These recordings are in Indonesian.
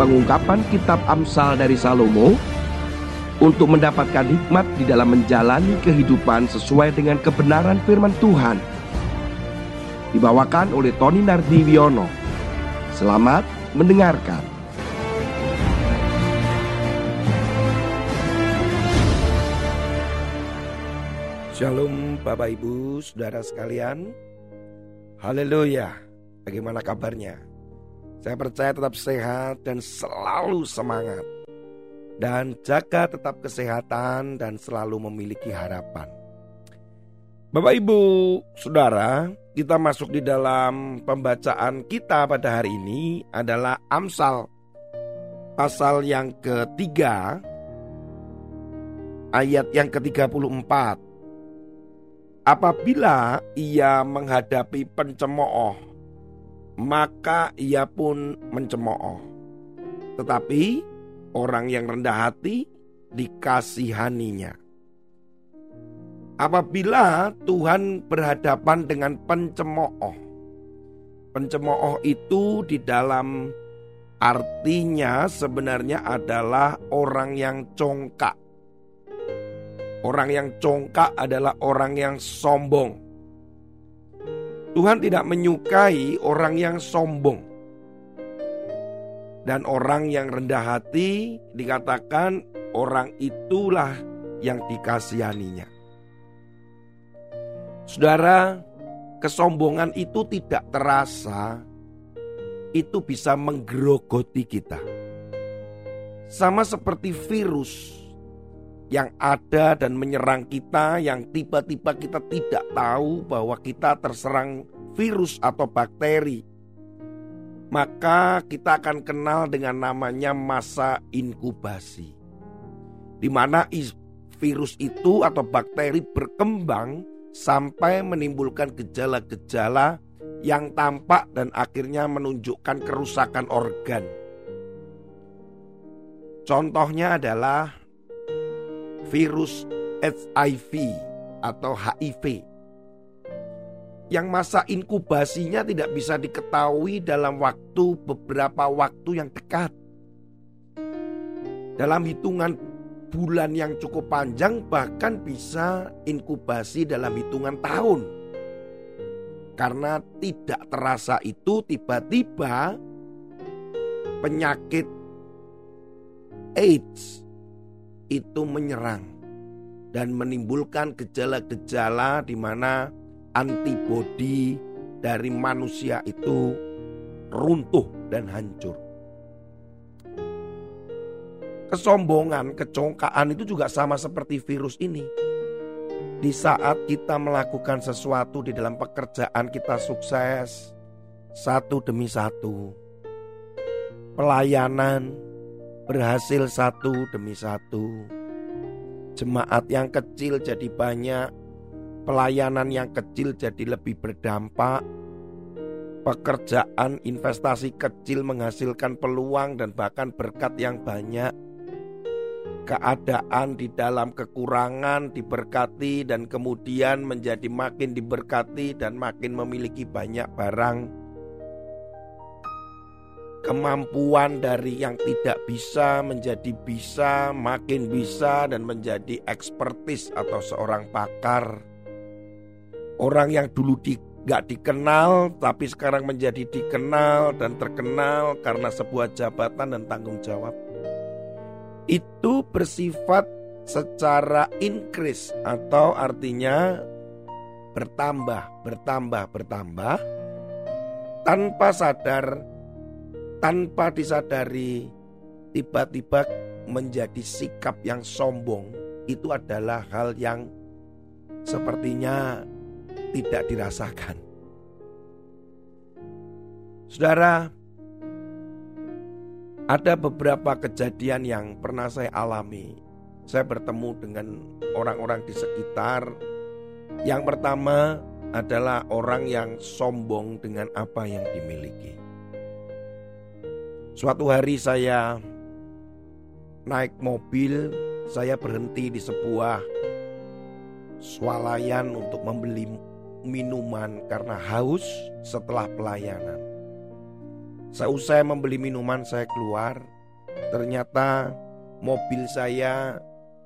pengungkapan kitab Amsal dari Salomo untuk mendapatkan hikmat di dalam menjalani kehidupan sesuai dengan kebenaran firman Tuhan. Dibawakan oleh Tony Nardiwiono. Selamat mendengarkan. Shalom Bapak Ibu Saudara sekalian. Haleluya. Bagaimana kabarnya? Saya percaya tetap sehat dan selalu semangat, dan jaga tetap kesehatan dan selalu memiliki harapan. Bapak Ibu Saudara, kita masuk di dalam pembacaan kita pada hari ini adalah Amsal pasal yang ketiga, ayat yang ke-34. Apabila ia menghadapi pencemooh, maka ia pun mencemooh. Tetapi orang yang rendah hati dikasihaninya. Apabila Tuhan berhadapan dengan pencemooh, pencemooh itu di dalam artinya sebenarnya adalah orang yang congkak. Orang yang congkak adalah orang yang sombong. Tuhan tidak menyukai orang yang sombong. Dan orang yang rendah hati dikatakan orang itulah yang dikasihaninya. Saudara, kesombongan itu tidak terasa, itu bisa menggerogoti kita. Sama seperti virus yang ada dan menyerang kita, yang tiba-tiba kita tidak tahu bahwa kita terserang virus atau bakteri. Maka kita akan kenal dengan namanya masa inkubasi, di mana virus itu atau bakteri berkembang sampai menimbulkan gejala-gejala yang tampak dan akhirnya menunjukkan kerusakan organ. Contohnya adalah virus HIV atau HIV yang masa inkubasinya tidak bisa diketahui dalam beberapa waktu yang dekat. Dalam hitungan bulan yang cukup panjang, bahkan bisa inkubasi dalam hitungan tahun. Karena tidak terasa itu tiba-tiba penyakit AIDS itu menyerang dan menimbulkan gejala-gejala di mana antibodi dari manusia itu runtuh dan hancur. Kesombongan, kecongkaan itu juga sama seperti virus ini. Di saat kita melakukan sesuatu di dalam pekerjaan kita sukses, satu demi satu, pelayanan berhasil satu demi satu, jemaat yang kecil jadi banyak, pelayanan yang kecil jadi lebih berdampak, pekerjaan investasi kecil menghasilkan peluang dan bahkan berkat yang banyak, keadaan di dalam kekurangan diberkati dan kemudian menjadi makin diberkati dan makin memiliki banyak barang. Kemampuan dari yang tidak bisa menjadi bisa, makin bisa dan menjadi ekspertis atau seorang pakar. Orang yang dulu gak dikenal tapi sekarang menjadi dikenal dan terkenal karena sebuah jabatan dan tanggung jawab. Itu bersifat secara increase atau artinya bertambah tanpa sadar, tanpa disadari, tiba-tiba menjadi sikap yang sombong. Itu adalah hal yang sepertinya tidak dirasakan. Saudara, ada beberapa kejadian yang pernah saya alami. Saya bertemu dengan orang-orang di sekitar. Yang pertama adalah orang yang sombong dengan apa yang dimiliki. Suatu hari saya naik mobil, saya berhenti di sebuah swalayan untuk membeli minuman karena haus setelah pelayanan. Seusai membeli minuman saya keluar, ternyata mobil saya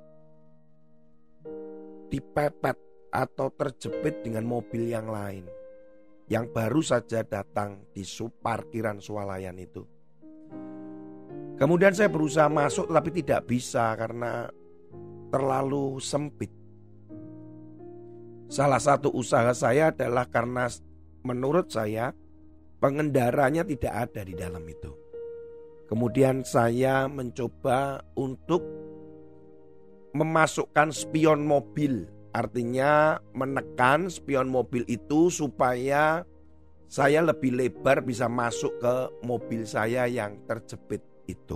dipepet atau terjepit dengan mobil yang lain yang baru saja datang di parkiran swalayan itu. Kemudian saya berusaha masuk tetapi tidak bisa karena terlalu sempit. Salah satu usaha saya adalah karena menurut saya pengendaranya tidak ada di dalam itu. Kemudian saya mencoba untuk memasukkan spion mobil. Artinya menekan spion mobil itu supaya saya lebih lebar bisa masuk ke mobil saya yang terjepit itu.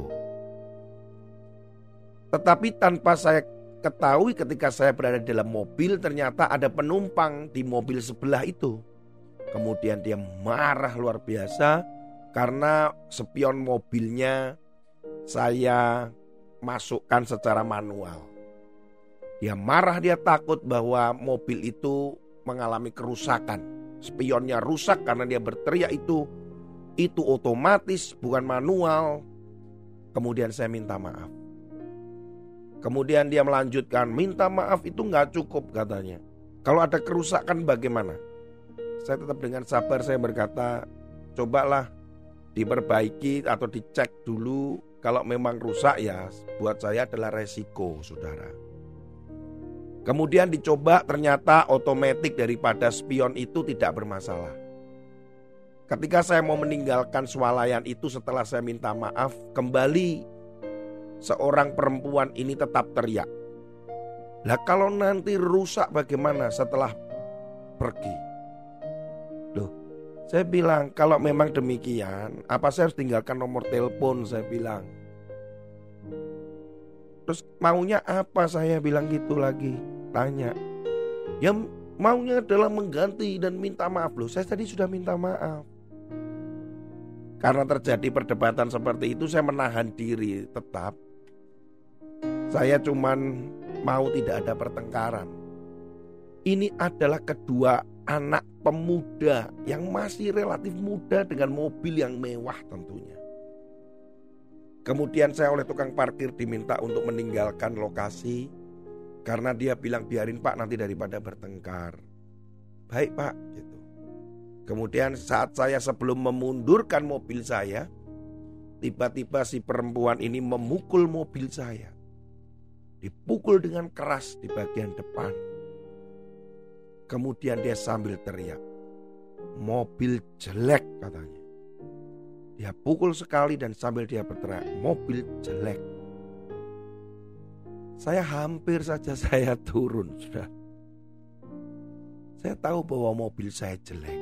Tetapi tanpa saya ketahui ketika saya berada di dalam mobil ternyata ada penumpang di mobil sebelah itu. Kemudian dia marah luar biasa karena spion mobilnya saya masukkan secara manual. Dia marah, dia takut bahwa mobil itu mengalami kerusakan. Spionnya rusak karena dia berteriak itu otomatis bukan manual. Kemudian saya minta maaf. Kemudian dia melanjutkan, minta maaf itu gak cukup katanya. Kalau ada kerusakan bagaimana? Saya tetap dengan sabar saya berkata, cobalah diperbaiki atau dicek dulu. Kalau memang rusak ya buat saya adalah resiko, saudara. Kemudian dicoba ternyata otomatis daripada spion itu tidak bermasalah. Ketika saya mau meninggalkan swalayan itu setelah saya minta maaf, kembali seorang perempuan ini tetap teriak. Lah kalau nanti rusak bagaimana setelah pergi? Loh, saya bilang kalau memang demikian, apa saya harus tinggalkan nomor telepon, saya bilang. Terus maunya apa, saya bilang gitu lagi. Tanya, ya maunya adalah mengganti dan minta maaf. Loh, saya tadi sudah minta maaf. Karena terjadi perdebatan seperti itu, saya menahan diri tetap. Saya cuman mau tidak ada pertengkaran. Ini adalah kedua anak pemuda yang masih relatif muda dengan mobil yang mewah tentunya. Kemudian saya oleh tukang parkir diminta untuk meninggalkan lokasi. Karena dia bilang biarin Pak, nanti daripada bertengkar. Baik Pak gitu. Kemudian saat saya sebelum memundurkan mobil saya, tiba-tiba si perempuan ini memukul mobil saya. Dipukul dengan keras di bagian depan. Kemudian dia sambil teriak, mobil jelek katanya. Dia pukul sekali dan sambil dia berteriak, mobil jelek. Saya hampir saja saya turun, sudah. Saya tahu bahwa mobil saya jelek.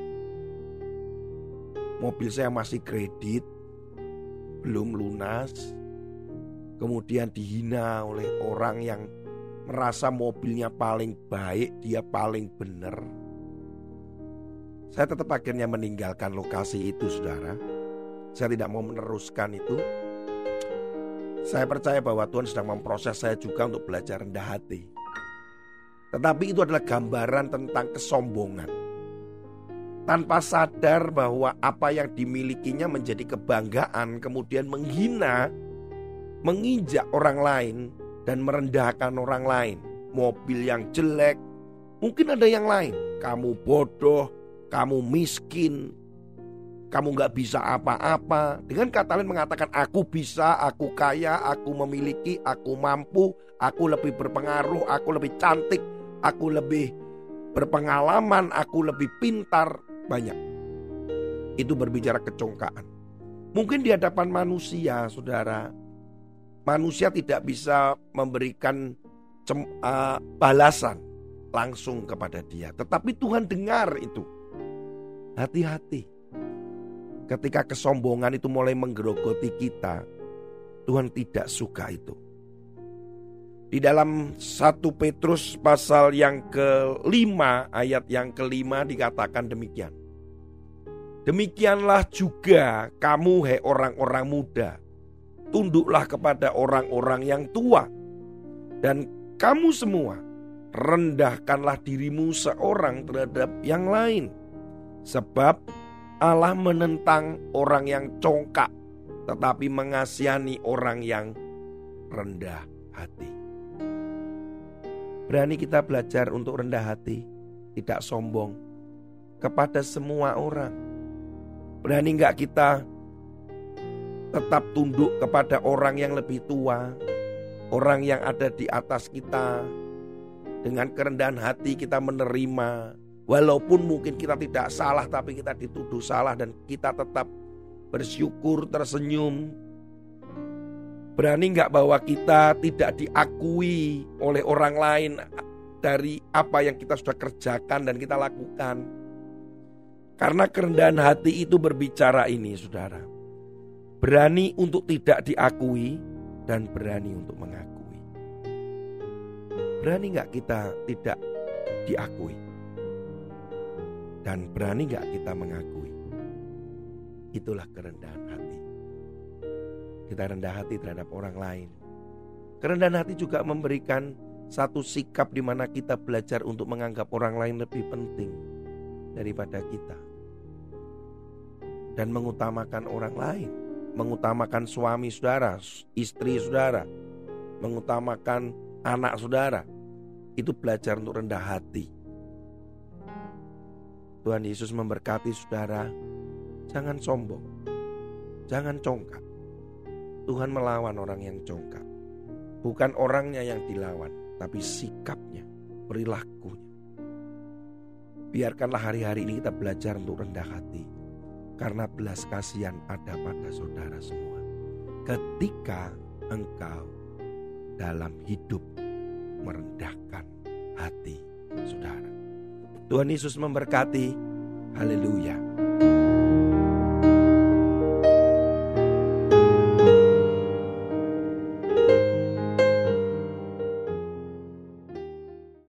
Mobil saya masih kredit, belum lunas. Kemudian dihina oleh orang yang merasa mobilnya paling baik, dia paling benar. Saya tetap akhirnya meninggalkan lokasi itu, saudara. Saya tidak mau meneruskan itu. Saya percaya bahwa Tuhan sedang memproses saya juga untuk belajar rendah hati. Tetapi itu adalah gambaran tentang kesombongan. Tanpa sadar bahwa apa yang dimilikinya menjadi kebanggaan, kemudian menghina, menginjak orang lain dan merendahkan orang lain. Mobil yang jelek, mungkin ada yang lain. Kamu bodoh, kamu miskin, kamu gak bisa apa-apa. Dengan kata lain mengatakan aku bisa, aku kaya, aku memiliki, aku mampu, aku lebih berpengaruh, aku lebih cantik, aku lebih berpengalaman, aku lebih pintar. Banyak. Itu berbicara kecongkaan. Mungkin di hadapan manusia, saudara, manusia tidak bisa memberikan balasan langsung kepada dia. Tetapi Tuhan dengar itu. Hati-hati. Ketika kesombongan itu mulai menggerogoti kita, Tuhan tidak suka itu. Di dalam 1 Petrus pasal yang ke-5 ayat yang ke-5 dikatakan demikian. Demikianlah juga kamu hai orang-orang muda, tunduklah kepada orang-orang yang tua. Dan kamu semua rendahkanlah dirimu seorang terhadap yang lain. Sebab Allah menentang orang yang congkak tetapi mengasihani orang yang rendah hati. Berani kita belajar untuk rendah hati, tidak sombong kepada semua orang. Berani enggak kita tetap tunduk kepada orang yang lebih tua, orang yang ada di atas kita. Dengan kerendahan hati kita menerima, walaupun mungkin kita tidak salah, tapi kita dituduh salah dan kita tetap bersyukur, tersenyum. Berani enggak bahwa kita tidak diakui oleh orang lain dari apa yang kita sudah kerjakan dan kita lakukan. Karena kerendahan hati itu berbicara ini, saudara. Berani untuk tidak diakui dan berani untuk mengakui. Berani gak kita tidak diakui? Dan berani gak kita mengakui? Itulah kerendahan hati. Kita rendah hati terhadap orang lain. Kerendahan hati juga memberikan satu sikap di mana kita belajar untuk menganggap orang lain lebih penting daripada kita. Dan mengutamakan orang lain. Mengutamakan suami saudara, istri saudara, mengutamakan anak saudara. Itu belajar untuk rendah hati. Tuhan Yesus memberkati saudara. Jangan sombong, jangan congkak. Tuhan melawan orang yang congkak. Bukan orangnya yang dilawan, tapi sikapnya, perilakunya. Biarkanlah hari-hari ini kita belajar untuk rendah hati. Karena belas kasihan ada pada saudara semua. Ketika engkau dalam hidup merendahkan hati saudara. Tuhan Yesus memberkati. Haleluya.